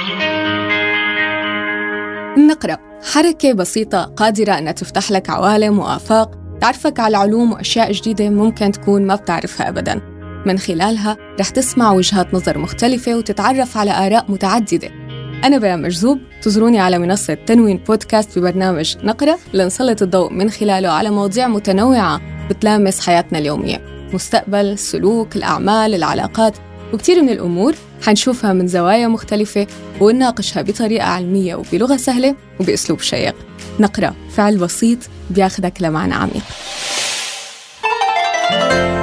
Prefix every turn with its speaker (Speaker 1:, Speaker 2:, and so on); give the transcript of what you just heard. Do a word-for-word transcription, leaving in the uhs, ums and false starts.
Speaker 1: النقرة حركة بسيطة قادرة أنها تفتح لك عوالم وآفاق، تعرفك على العلوم وأشياء جديدة ممكن تكون ما بتعرفها أبداً. من خلالها رح تسمع وجهات نظر مختلفة وتتعرف على آراء متعددة. أنا بيان مجذوب، تزوروني على منصة تنوين بودكاست ببرنامج نقرة لنسلط الضوء من خلاله على مواضيع متنوعة بتلامس حياتنا اليومية، مستقبل، السلوك، الأعمال، العلاقات، وكتير من الأمور حنشوفها من زوايا مختلفة ونناقشها بطريقة علمية وبلغة سهلة وبأسلوب شيق. نقرة، فعل بسيط بياخدك لمعنى عميق.